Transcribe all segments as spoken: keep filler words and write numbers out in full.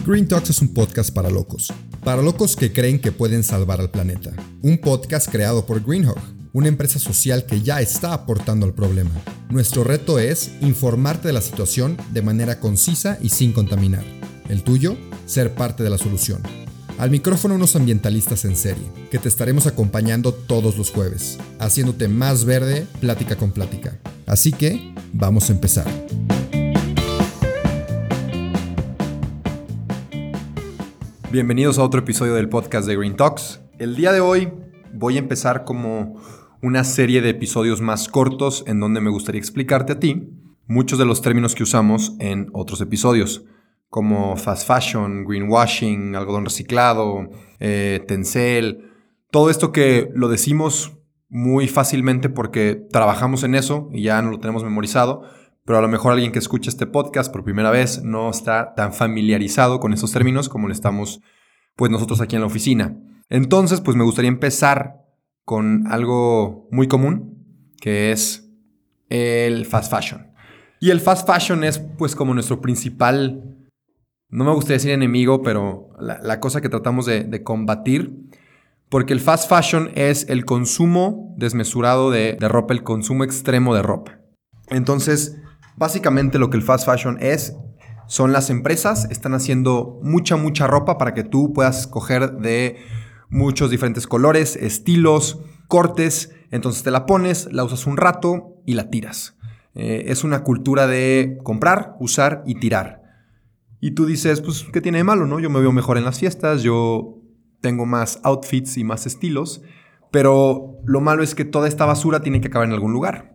Green Talks es un podcast para locos. Para locos que creen que pueden salvar al planeta. Un podcast creado por Greenhawk, una empresa social que ya está aportando al problema. Nuestro reto es informarte de la situación de manera concisa y sin contaminar. El tuyo, ser parte de la solución. Al micrófono unos ambientalistas en serie, que te estaremos acompañando todos los jueves, haciéndote más verde, plática con plática. Así que, vamos a empezar. Bienvenidos a otro episodio del podcast de Green Talks. El día de hoy voy a empezar como una serie de episodios más cortos en donde me gustaría explicarte a ti muchos de los términos que usamos en otros episodios, como fast fashion, greenwashing, algodón reciclado, eh, Tencel, todo esto que lo decimos muy fácilmente porque trabajamos en eso y ya no lo tenemos memorizado, pero a lo mejor alguien que escucha este podcast por primera vez no está tan familiarizado con esos términos como lo estamos pues nosotros aquí en la oficina. Entonces, pues me gustaría empezar con algo muy común, que es el fast fashion. Y el fast fashion es pues como nuestro principal, no me gustaría decir enemigo, pero la, la cosa que tratamos de, de combatir, porque el fast fashion es el consumo desmesurado de, de ropa, el consumo extremo de ropa. Entonces, básicamente lo que el fast fashion es, son las empresas, están haciendo mucha, mucha ropa para que tú puedas escoger de muchos diferentes colores, estilos, cortes. Entonces te la pones, la usas un rato y la tiras. Eh, es una cultura de comprar, usar y tirar. Y tú dices, pues, ¿qué tiene de malo, no? Yo me veo mejor en las fiestas, yo tengo más outfits y más estilos, pero lo malo es que toda esta basura tiene que acabar en algún lugar.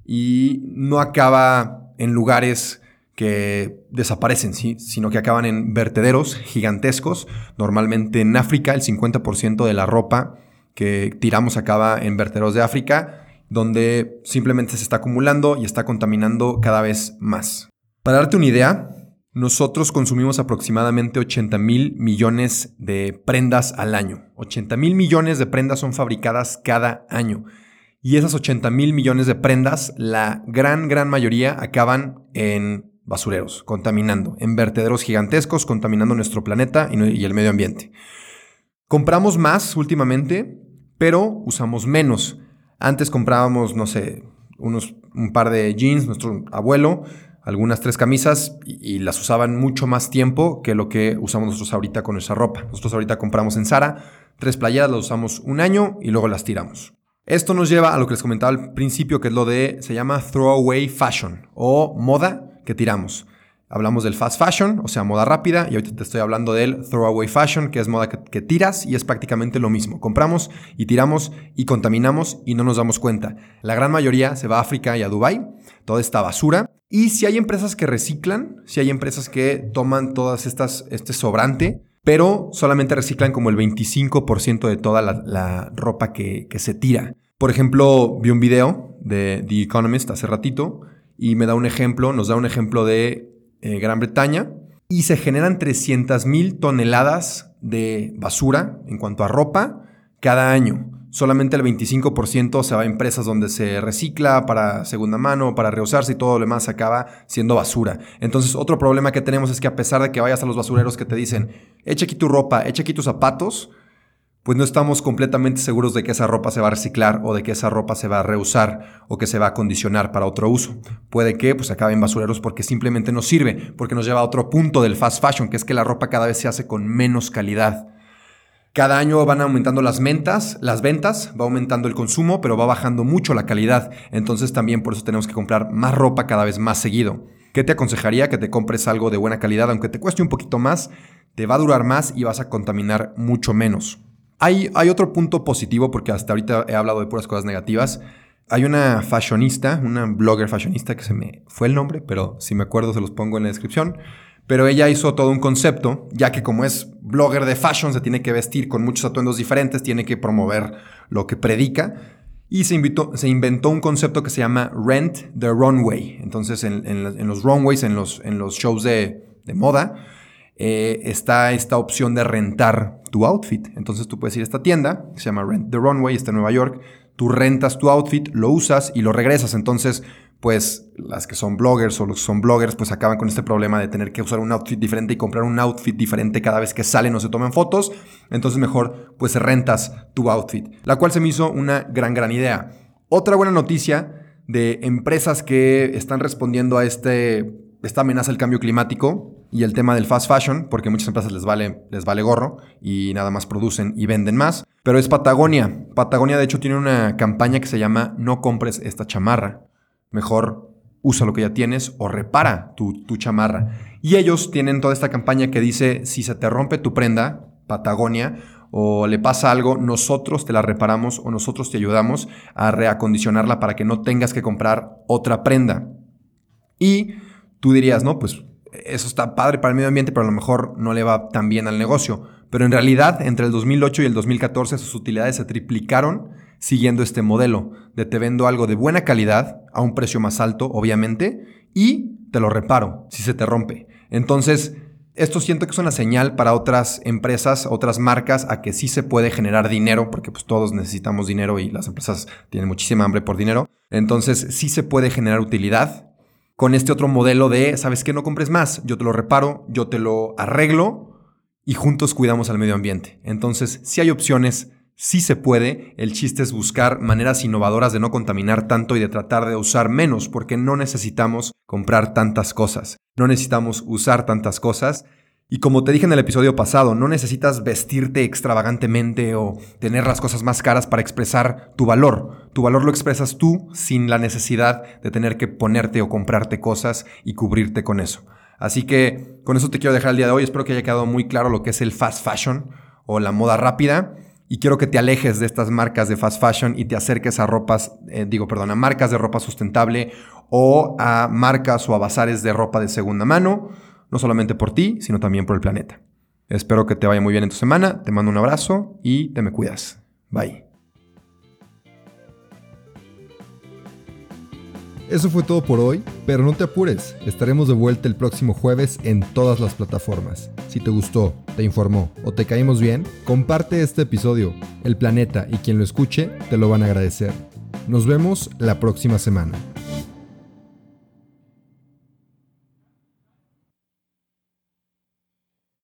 Y no acaba en lugares que desaparecen, ¿sí? Sino que acaban en vertederos gigantescos. Normalmente en África, el cincuenta por ciento de la ropa que tiramos acaba en vertederos de África, donde simplemente se está acumulando y está contaminando cada vez más. Para darte una idea, nosotros consumimos aproximadamente ochenta mil millones de prendas al año. ochenta mil millones de prendas son fabricadas cada año. Y esas ochenta mil millones de prendas, la gran, gran mayoría acaban en basureros, contaminando, en vertederos gigantescos, contaminando nuestro planeta y, y el medio ambiente. Compramos más últimamente, pero usamos menos. Antes comprábamos, no sé, unos, un par de jeans, nuestro abuelo, algunas tres camisas y, y las usaban mucho más tiempo que lo que usamos nosotros ahorita con nuestra ropa. Nosotros ahorita compramos en Zara tres playeras, las usamos un año y luego las tiramos. Esto nos lleva a lo que les comentaba al principio, que es lo de, se llama throwaway fashion o moda que tiramos. Hablamos del fast fashion, o sea, moda rápida, y ahorita te estoy hablando del throwaway fashion, que es moda que, que tiras y es prácticamente lo mismo. Compramos y tiramos y contaminamos y no nos damos cuenta. La gran mayoría se va a África y a Dubái, toda esta basura. Y si hay empresas que reciclan, si hay empresas que toman todas estas, este sobrante, pero solamente reciclan como el veinticinco por ciento de toda la, la ropa que, que se tira. Por ejemplo, vi un video de The Economist hace ratito y me da un ejemplo, nos da un ejemplo de eh, Gran Bretaña y se generan trescientas mil toneladas de basura en cuanto a ropa cada año. Solamente el veinticinco por ciento se va a empresas donde se recicla para segunda mano, para reusarse y todo lo demás acaba siendo basura. Entonces, otro problema que tenemos es que a pesar de que vayas a los basureros que te dicen, echa aquí tu ropa, echa aquí tus zapatos, pues no estamos completamente seguros de que esa ropa se va a reciclar o de que esa ropa se va a reusar o que se va a acondicionar para otro uso. Puede que pues acabe en basureros porque simplemente no sirve, porque nos lleva a otro punto del fast fashion, que es que la ropa cada vez se hace con menos calidad. Cada año van aumentando las ventas, las ventas, va aumentando el consumo, pero va bajando mucho la calidad. Entonces también por eso tenemos que comprar más ropa cada vez más seguido. ¿Qué te aconsejaría? Que te compres algo de buena calidad, aunque te cueste un poquito más, te va a durar más y vas a contaminar mucho menos. Hay, hay otro punto positivo, porque hasta ahorita he hablado de puras cosas negativas. Hay una fashionista, una blogger fashionista, que se me fue el nombre, pero si me acuerdo se los pongo en la descripción. Pero ella hizo todo un concepto, ya que como es blogger de fashion, se tiene que vestir con muchos atuendos diferentes, tiene que promover lo que predica. Y se, invitó, se inventó un concepto que se llama Rent the Runway. Entonces, en, en, en los runways, en los, en los shows de, de moda, eh, está esta opción de rentar tu outfit. Entonces, tú puedes ir a esta tienda, que se llama Rent the Runway, está en Nueva York. Tú rentas tu outfit, lo usas y lo regresas. Entonces, pues las que son bloggers o los que son bloggers, pues acaban con este problema de tener que usar un outfit diferente y comprar un outfit diferente cada vez que salen o se toman fotos. Entonces mejor pues rentas tu outfit, la cual se me hizo una gran, gran idea. Otra buena noticia de empresas que están respondiendo a este, esta amenaza del cambio climático y el tema del fast fashion, porque a muchas empresas les vale, les vale gorro y nada más producen y venden más, pero es Patagonia. Patagonia de hecho tiene una campaña que se llama No compres esta chamarra. Mejor usa lo que ya tienes o repara tu, tu chamarra. Y ellos tienen toda esta campaña que dice, si se te rompe tu prenda, Patagonia, o le pasa algo, nosotros te la reparamos o nosotros te ayudamos a reacondicionarla para que no tengas que comprar otra prenda. Y tú dirías, no, pues eso está padre para el medio ambiente, pero a lo mejor no le va tan bien al negocio. Pero en realidad, entre el dos mil ocho y el dos mil catorce, sus utilidades se triplicaron siguiendo este modelo de te vendo algo de buena calidad a un precio más alto, obviamente, y te lo reparo si se te rompe. Entonces, esto siento que es una señal para otras empresas, otras marcas, a que sí se puede generar dinero, porque pues todos necesitamos dinero y las empresas tienen muchísima hambre por dinero. Entonces, sí se puede generar utilidad con este otro modelo de, ¿sabes qué? No compres más, yo te lo reparo, yo te lo arreglo y juntos cuidamos al medio ambiente. Entonces, sí hay opciones. Sí se puede, el chiste es buscar maneras innovadoras de no contaminar tanto y de tratar de usar menos, porque no necesitamos comprar tantas cosas, no necesitamos usar tantas cosas. Y como te dije en el episodio pasado, no necesitas vestirte extravagantemente o tener las cosas más caras para expresar tu valor. Tu valor lo expresas tú sin la necesidad de tener que ponerte o comprarte cosas y cubrirte con eso. Así que con eso te quiero dejar el día de hoy. Espero que haya quedado muy claro lo que es el fast fashion o la moda rápida. Y quiero que te alejes de estas marcas de fast fashion y te acerques a ropas, eh, digo, perdón, a marcas de ropa sustentable o a marcas o a bazares de ropa de segunda mano, no solamente por ti, sino también por el planeta. Espero que te vaya muy bien en tu semana, te mando un abrazo y te me cuidas. Bye. Eso fue todo por hoy, pero no te apures, estaremos de vuelta el próximo jueves en todas las plataformas. Si te gustó, te informó o te caímos bien, comparte este episodio. El planeta y quien lo escuche te lo van a agradecer. Nos vemos la próxima semana.